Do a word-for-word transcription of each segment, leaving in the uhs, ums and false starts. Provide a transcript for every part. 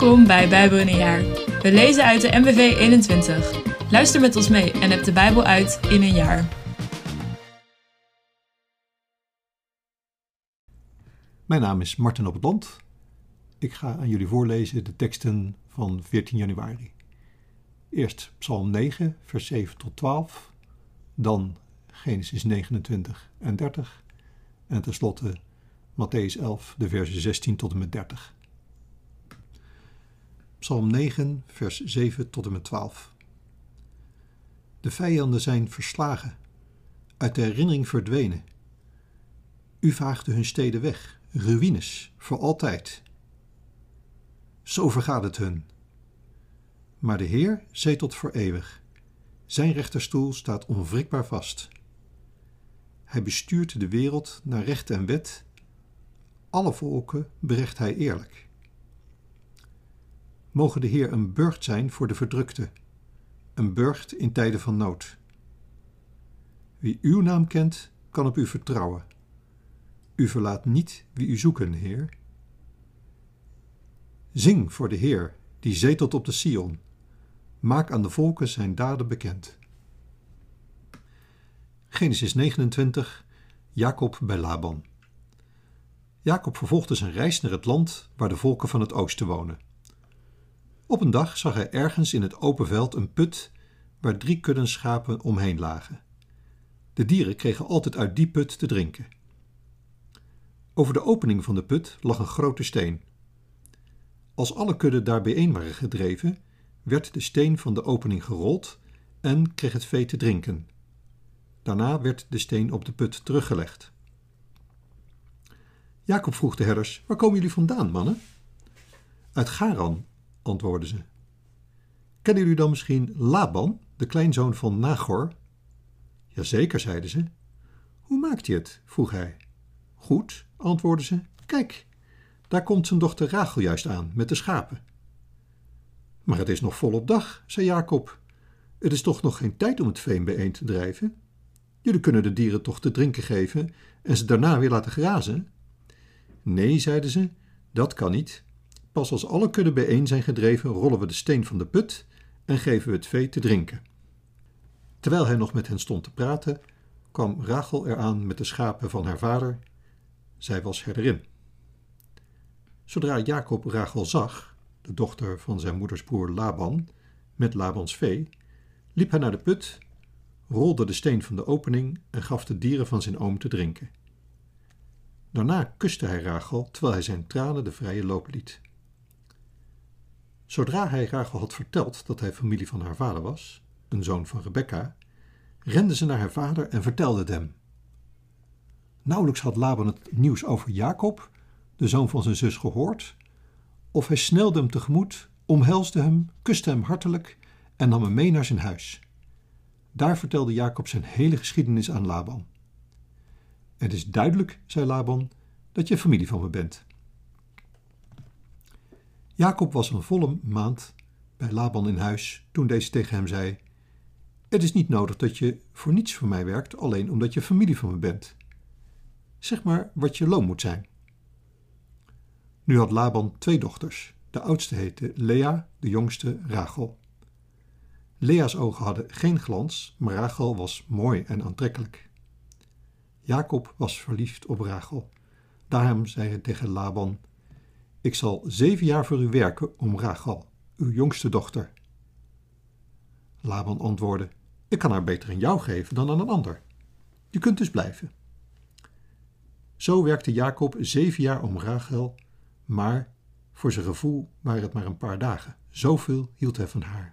Welkom bij Bijbel in een jaar. We lezen uit de N B V eenentwintig. Luister met ons mee en heb de Bijbel uit in een jaar. Mijn naam is Martin op het Land. Ik ga aan jullie voorlezen de teksten van veertien januari. Eerst Psalm negen, vers zeven tot twaalf. Dan Genesis negenentwintig en dertig. En tenslotte Mattheüs elf, de versen zestien tot en met dertig. Psalm negen, vers zeven tot en met twaalf. De vijanden zijn verslagen, uit de herinnering verdwenen. U vaagde hun steden weg, ruïnes, voor altijd. Zo vergaat het hun. Maar de Heer zetelt voor eeuwig. Zijn rechterstoel staat onwrikbaar vast. Hij bestuurt de wereld naar recht en wet. Alle volken berecht hij eerlijk. Mogen de Heer een burcht zijn voor de verdrukte, een burcht in tijden van nood. Wie uw naam kent, kan op u vertrouwen. U verlaat niet wie u zoeken, Heer. Zing voor de Heer, die zetelt op de Sion. Maak aan de volken zijn daden bekend. Genesis negenentwintig, Jacob bij Laban. Jacob vervolgde zijn reis naar het land waar de volken van het oosten wonen. Op een dag zag hij ergens in het open veld een put waar drie kudden schapen omheen lagen. De dieren kregen altijd uit die put te drinken. Over de opening van de put lag een grote steen. Als alle kudden daar bijeen waren gedreven, werd de steen van de opening gerold en kreeg het vee te drinken. Daarna werd de steen op de put teruggelegd. Jacob vroeg de herders: waar komen jullie vandaan, mannen? Uit Garan, antwoordden ze. Kennen jullie dan misschien Laban, de kleinzoon van Nagor? Jazeker, zeiden ze. Hoe maakt hij het? Vroeg hij. Goed, antwoordden ze. Kijk, daar komt zijn dochter Rachel juist aan met de schapen. Maar het is nog volop dag, zei Jacob. Het is toch nog geen tijd om het vee bijeen te drijven? Jullie kunnen de dieren toch te drinken geven en ze daarna weer laten grazen? Nee, zeiden ze, dat kan niet. Pas als alle kudden bijeen zijn gedreven, rollen we de steen van de put en geven we het vee te drinken. Terwijl hij nog met hen stond te praten, kwam Rachel eraan met de schapen van haar vader. Zij was herderin. Zodra Jacob Rachel zag, de dochter van zijn moeders broer Laban, met Labans vee, liep hij naar de put, rolde de steen van de opening en gaf de dieren van zijn oom te drinken. Daarna kuste hij Rachel, terwijl hij zijn tranen de vrije loop liet. Zodra hij Rachel had verteld dat hij familie van haar vader was, een zoon van Rebekka, rende ze naar haar vader en vertelde het hem. Nauwelijks had Laban het nieuws over Jacob, de zoon van zijn zus, gehoord, of hij snelde hem tegemoet, omhelsde hem, kuste hem hartelijk en nam hem mee naar zijn huis. Daar vertelde Jacob zijn hele geschiedenis aan Laban. Het is duidelijk, zei Laban, dat je familie van me bent. Jacob was een volle maand bij Laban in huis toen deze tegen hem zei: het is niet nodig dat je voor niets voor mij werkt, alleen omdat je familie van me bent. Zeg maar wat je loon moet zijn. Nu had Laban twee dochters. De oudste heette Lea, de jongste Rachel. Lea's ogen hadden geen glans, maar Rachel was mooi en aantrekkelijk. Jacob was verliefd op Rachel. Daarom zei hij tegen Laban: ik zal zeven jaar voor u werken om Rachel, uw jongste dochter. Laban antwoordde: ik kan haar beter aan jou geven dan aan een ander. Je kunt dus blijven. Zo werkte Jacob zeven jaar om Rachel, maar voor zijn gevoel waren het maar een paar dagen. Zoveel hield hij van haar.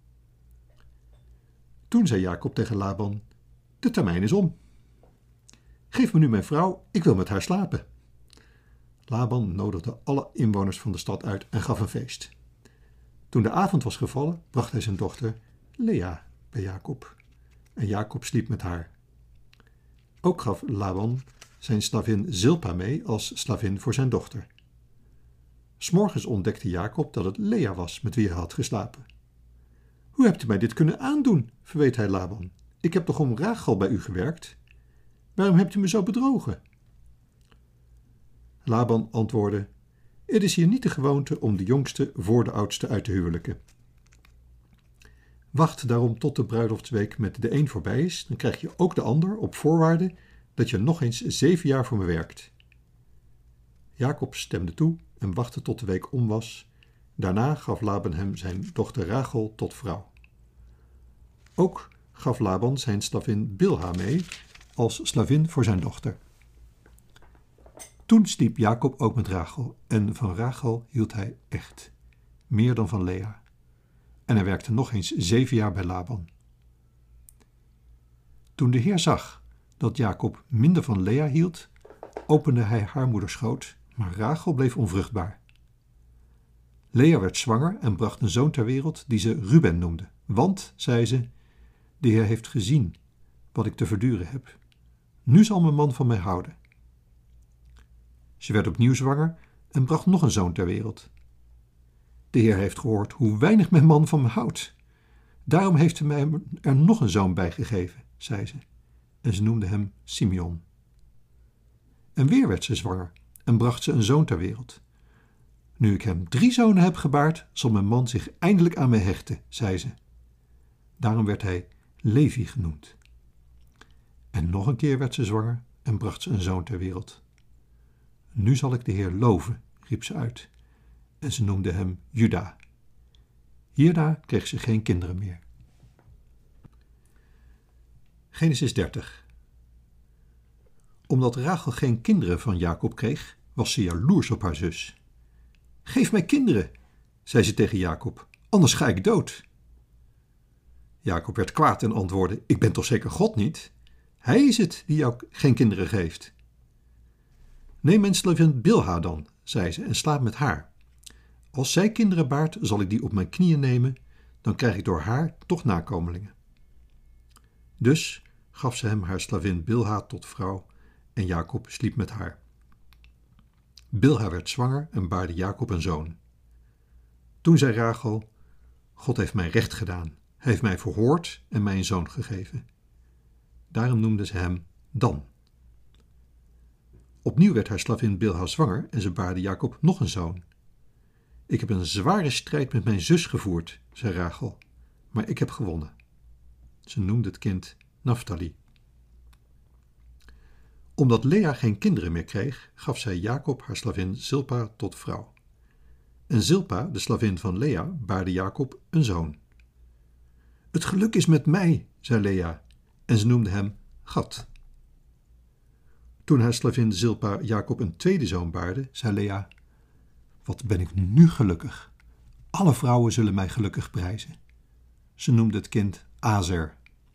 Toen zei Jacob tegen Laban: de termijn is om. Geef me nu mijn vrouw, ik wil met haar slapen. Laban nodigde alle inwoners van de stad uit en gaf een feest. Toen de avond was gevallen, bracht hij zijn dochter Lea bij Jacob. En Jacob sliep met haar. Ook gaf Laban zijn slavin Zilpa mee als slavin voor zijn dochter. 'S Morgens ontdekte Jacob dat het Lea was met wie hij had geslapen. Hoe hebt u mij dit kunnen aandoen? Verweet hij Laban. Ik heb toch om Rachel bij u gewerkt? Waarom hebt u me zo bedrogen? Laban antwoordde: Het is hier niet de gewoonte om de jongste voor de oudste uit te huwelijken. Wacht daarom tot de bruiloftsweek met de een voorbij is, dan krijg je ook de ander op voorwaarde dat je nog eens zeven jaar voor me werkt. Jacob stemde toe en wachtte tot de week om was. Daarna gaf Laban hem zijn dochter Rachel tot vrouw. Ook gaf Laban zijn slavin Bilha mee als slavin voor zijn dochter. Toen sliep Jacob ook met Rachel en van Rachel hield hij echt, meer dan van Lea. En hij werkte nog eens zeven jaar bij Laban. Toen de Heer zag dat Jacob minder van Lea hield, opende hij haar moederschoot, maar Rachel bleef onvruchtbaar. Lea werd zwanger en bracht een zoon ter wereld die ze Ruben noemde, want, zei ze, de Heer heeft gezien wat ik te verduren heb. Nu zal mijn man van mij houden. Ze werd opnieuw zwanger en bracht nog een zoon ter wereld. De Heer heeft gehoord hoe weinig mijn man van me houdt. Daarom heeft hij mij er nog een zoon bij gegeven, zei ze. En ze noemde hem Simeon. En weer werd ze zwanger en bracht ze een zoon ter wereld. Nu ik hem drie zonen heb gebaard, zal mijn man zich eindelijk aan mij hechten, zei ze. Daarom werd hij Levi genoemd. En nog een keer werd ze zwanger en bracht ze een zoon ter wereld. Nu zal ik de Heer loven, riep ze uit. En ze noemde hem Juda. Hierna kreeg ze geen kinderen meer. Genesis dertig. Omdat Rachel geen kinderen van Jacob kreeg, was ze jaloers op haar zus. Geef mij kinderen, zei ze tegen Jacob, anders ga ik dood. Jacob werd kwaad en antwoordde, ik ben toch zeker God niet? Hij is het die jou geen kinderen geeft. Neem mijn slavin Bilha dan, zei ze, en slaap met haar. Als zij kinderen baart, zal ik die op mijn knieën nemen, dan krijg ik door haar toch nakomelingen. Dus gaf ze hem haar slavin Bilha tot vrouw en Jacob sliep met haar. Bilha werd zwanger en baarde Jacob een zoon. Toen zei Rachel, God heeft mij recht gedaan, hij heeft mij verhoord en mij een zoon gegeven. Daarom noemde ze hem Dan. Opnieuw werd haar slavin Bilha zwanger en ze baarde Jacob nog een zoon. Ik heb een zware strijd met mijn zus gevoerd, zei Rachel, maar ik heb gewonnen. Ze noemde het kind Naphtali. Omdat Lea geen kinderen meer kreeg, gaf zij Jacob haar slavin Zilpa tot vrouw. En Zilpa, de slavin van Lea, baarde Jacob een zoon. Het geluk is met mij, zei Lea, en ze noemde hem Gad. Toen haar slavin Zilpa Jacob een tweede zoon baarde, zei Lea, wat ben ik nu gelukkig. Alle vrouwen zullen mij gelukkig prijzen. Ze noemde het kind Azer.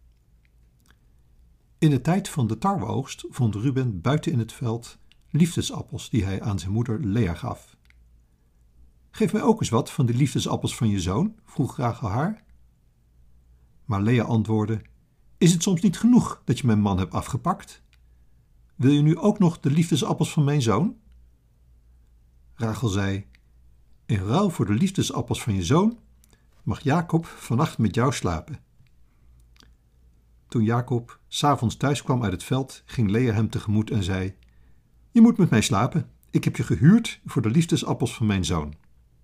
In de tijd van de tarweoogst vond Ruben buiten in het veld liefdesappels die hij aan zijn moeder Lea gaf. Geef mij ook eens wat van de liefdesappels van je zoon, vroeg Rachel haar. Maar Lea antwoordde, is het soms niet genoeg dat je mijn man hebt afgepakt? Wil je nu ook nog de liefdesappels van mijn zoon? Rachel zei, in ruil voor de liefdesappels van je zoon mag Jacob vannacht met jou slapen. Toen Jacob 's avonds thuis kwam uit het veld, ging Lea hem tegemoet en zei, je moet met mij slapen, ik heb je gehuurd voor de liefdesappels van mijn zoon.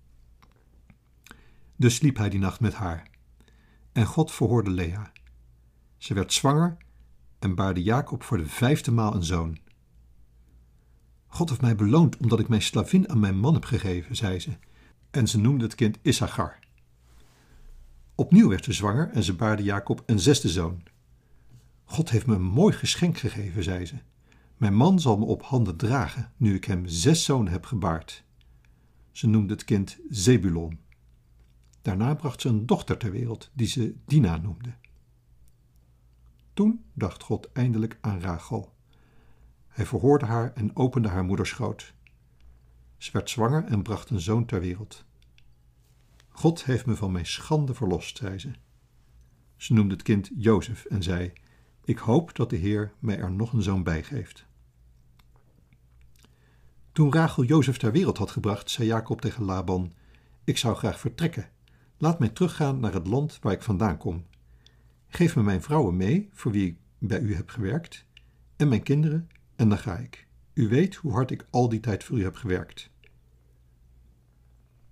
Dus sliep hij die nacht met haar. En God verhoorde Lea. Ze werd zwanger en baarde Jacob voor de vijfde maal een zoon. God heeft mij beloond omdat ik mijn slavin aan mijn man heb gegeven, zei ze. En ze noemde het kind Issachar. Opnieuw werd ze zwanger en ze baarde Jacob een zesde zoon. God heeft me een mooi geschenk gegeven, zei ze. Mijn man zal me op handen dragen, nu ik hem zes zonen heb gebaard. Ze noemde het kind Zebulon. Daarna bracht ze een dochter ter wereld, die ze Dina noemde. Toen dacht God eindelijk aan Rachel. Hij verhoorde haar en opende haar moederschoot. Ze werd zwanger en bracht een zoon ter wereld. God heeft me van mijn schande verlost, zei ze. Ze noemde het kind Jozef en zei, ik hoop dat de Heer mij er nog een zoon bij geeft. Toen Rachel Jozef ter wereld had gebracht, zei Jacob tegen Laban, ik zou graag vertrekken. Laat mij teruggaan naar het land waar ik vandaan kom. Geef me mijn vrouwen mee, voor wie ik bij u heb gewerkt, en mijn kinderen, en dan ga ik. U weet hoe hard ik al die tijd voor u heb gewerkt.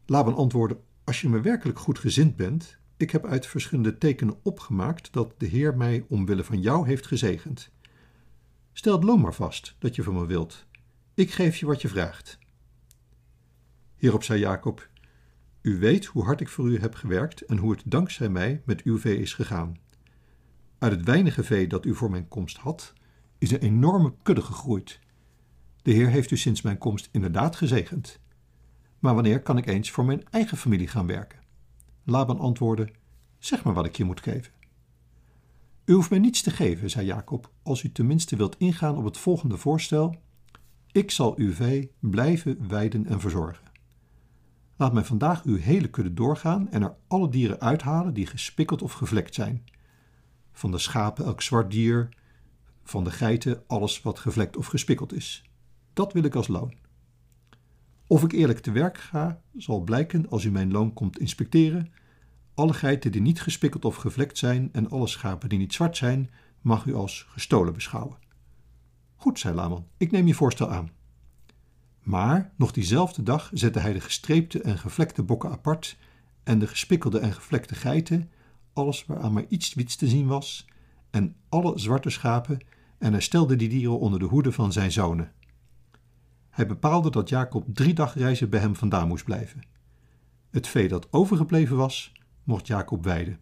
Laban antwoordde, als je me werkelijk goed gezind bent, ik heb uit verschillende tekenen opgemaakt dat de Heer mij omwille van jou heeft gezegend. Stel het loon maar vast dat je van me wilt. Ik geef je wat je vraagt. Hierop zei Jacob, u weet hoe hard ik voor u heb gewerkt en hoe het dankzij mij met uw vee is gegaan. Uit het weinige vee dat u voor mijn komst had, is een enorme kudde gegroeid. De Heer heeft u sinds mijn komst inderdaad gezegend. Maar wanneer kan ik eens voor mijn eigen familie gaan werken? Laban antwoordde, zeg maar wat ik je moet geven. U hoeft mij niets te geven, zei Jacob, als u tenminste wilt ingaan op het volgende voorstel. Ik zal uw vee blijven weiden en verzorgen. Laat mij vandaag uw hele kudde doorgaan en er alle dieren uithalen die gespikkeld of gevlekt zijn. Van de schapen elk zwart dier, van de geiten alles wat gevlekt of gespikkeld is. Dat wil ik als loon. Of ik eerlijk te werk ga, zal blijken als u mijn loon komt inspecteren. Alle geiten die niet gespikkeld of gevlekt zijn en alle schapen die niet zwart zijn, mag u als gestolen beschouwen. Goed, zei Laban, ik neem je voorstel aan. Maar nog diezelfde dag zette hij de gestreepte en gevlekte bokken apart en de gespikkelde en gevlekte geiten, alles waaraan maar iets wits te zien was, en alle zwarte schapen, en hij stelde die dieren onder de hoede van zijn zonen. Hij bepaalde dat Jacob drie dagreizen bij hem vandaan moest blijven. Het vee dat overgebleven was, mocht Jacob weiden.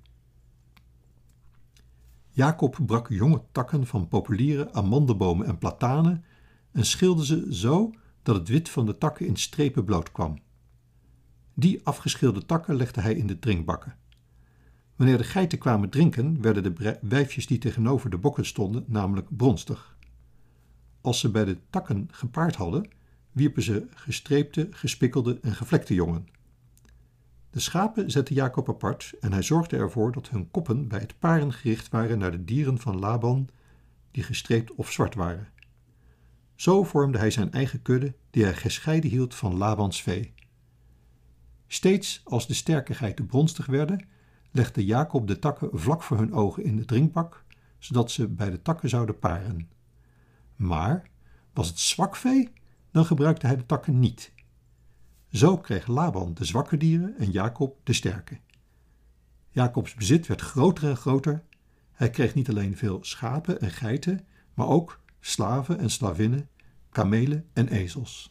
Jacob brak jonge takken van populieren, amandelbomen en platanen en schilde ze zo dat het wit van de takken in strepen bloot kwam. Die afgeschilde takken legde hij in de drinkbakken. Wanneer de geiten kwamen drinken, werden de wijfjes die tegenover de bokken stonden namelijk bronstig. Als ze bij de takken gepaard hadden, wierpen ze gestreepte, gespikkelde en gevlekte jongen. De schapen zette Jacob apart en hij zorgde ervoor dat hun koppen bij het paren gericht waren naar de dieren van Laban die gestreept of zwart waren. Zo vormde hij zijn eigen kudde die hij gescheiden hield van Labans vee. Steeds als de sterke geiten bronstig werden, legde Jacob de takken vlak voor hun ogen in de drinkbak, zodat ze bij de takken zouden paren. Maar was het zwak vee, dan gebruikte hij de takken niet. Zo kreeg Laban de zwakke dieren en Jacob de sterke. Jacobs bezit werd groter en groter. Hij kreeg niet alleen veel schapen en geiten, maar ook slaven en slavinnen, kamelen en ezels.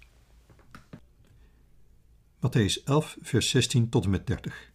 Mattheüs elf, vers zestien tot en met dertig.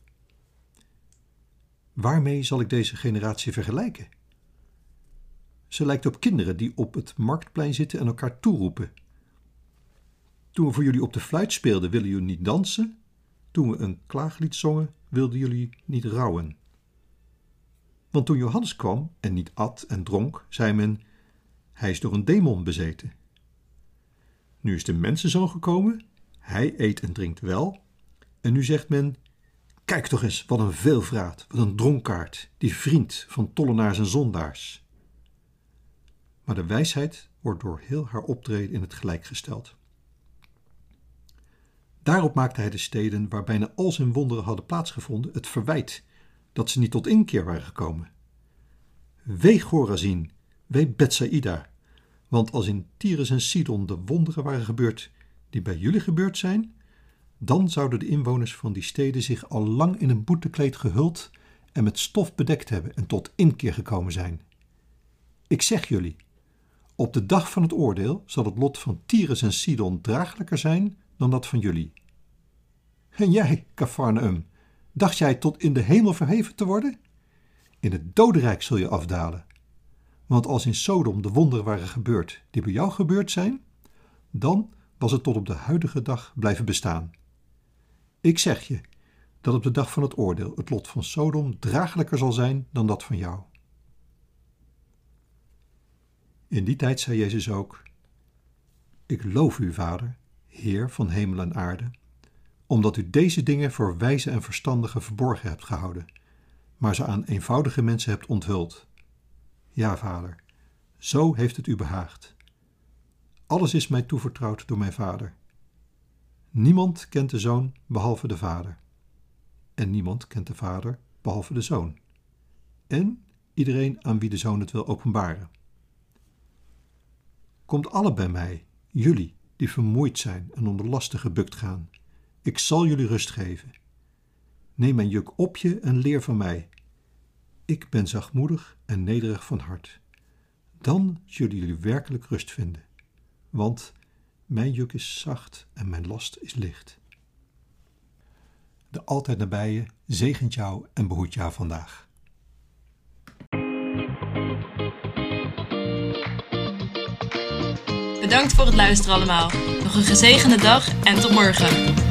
Waarmee zal ik deze generatie vergelijken? Ze lijkt op kinderen die op het marktplein zitten en elkaar toeroepen. Toen we voor jullie op de fluit speelden, wilden jullie niet dansen. Toen we een klaaglied zongen, wilden jullie niet rouwen. Want toen Johannes kwam en niet at en dronk, zei men, hij is door een demon bezeten. Nu is de mensenzoon gekomen, hij eet en drinkt wel. En nu zegt men, kijk toch eens, wat een veelvraat, wat een dronkaard, die vriend van tollenaars en zondaars. Maar de wijsheid wordt door heel haar optreden in het gelijk gesteld. Daarop maakte hij de steden waar bijna al zijn wonderen hadden plaatsgevonden het verwijt dat ze niet tot inkeer waren gekomen. Wee Chorazin, wee Betsaïda, want als in Tyrus en Sidon de wonderen waren gebeurd die bij jullie gebeurd zijn, dan zouden de inwoners van die steden zich al lang in een boetekleed gehuld en met stof bedekt hebben en tot inkeer gekomen zijn. Ik zeg jullie, op de dag van het oordeel zal het lot van Tyrus en Sidon draaglijker zijn dan dat van jullie. En jij, Cafarnaum, dacht jij tot in de hemel verheven te worden? In het dodenrijk zul je afdalen. Want als in Sodom de wonderen waren gebeurd die bij jou gebeurd zijn, dan was het tot op de huidige dag blijven bestaan. Ik zeg je dat op de dag van het oordeel het lot van Sodom draaglijker zal zijn dan dat van jou. In die tijd zei Jezus ook, ik loof u, Vader, Heer van hemel en aarde, omdat u deze dingen voor wijze en verstandigen verborgen hebt gehouden, maar ze aan eenvoudige mensen hebt onthuld. Ja, Vader, zo heeft het u behaagd. Alles is mij toevertrouwd door mijn Vader. Niemand kent de Zoon behalve de Vader. En niemand kent de Vader behalve de Zoon. En iedereen aan wie de Zoon het wil openbaren. Komt alle bij mij, jullie die vermoeid zijn en onder lasten gebukt gaan, Ik zal jullie rust geven. Neem mijn juk op je en leer van mij. Ik ben zachtmoedig en nederig van hart. Dan zullen jullie werkelijk rust vinden. Want mijn juk is zacht en mijn last is licht. De altijd nabije zegent jou en behoedt jou vandaag. Bedankt voor het luisteren allemaal. Nog een gezegende dag en tot morgen.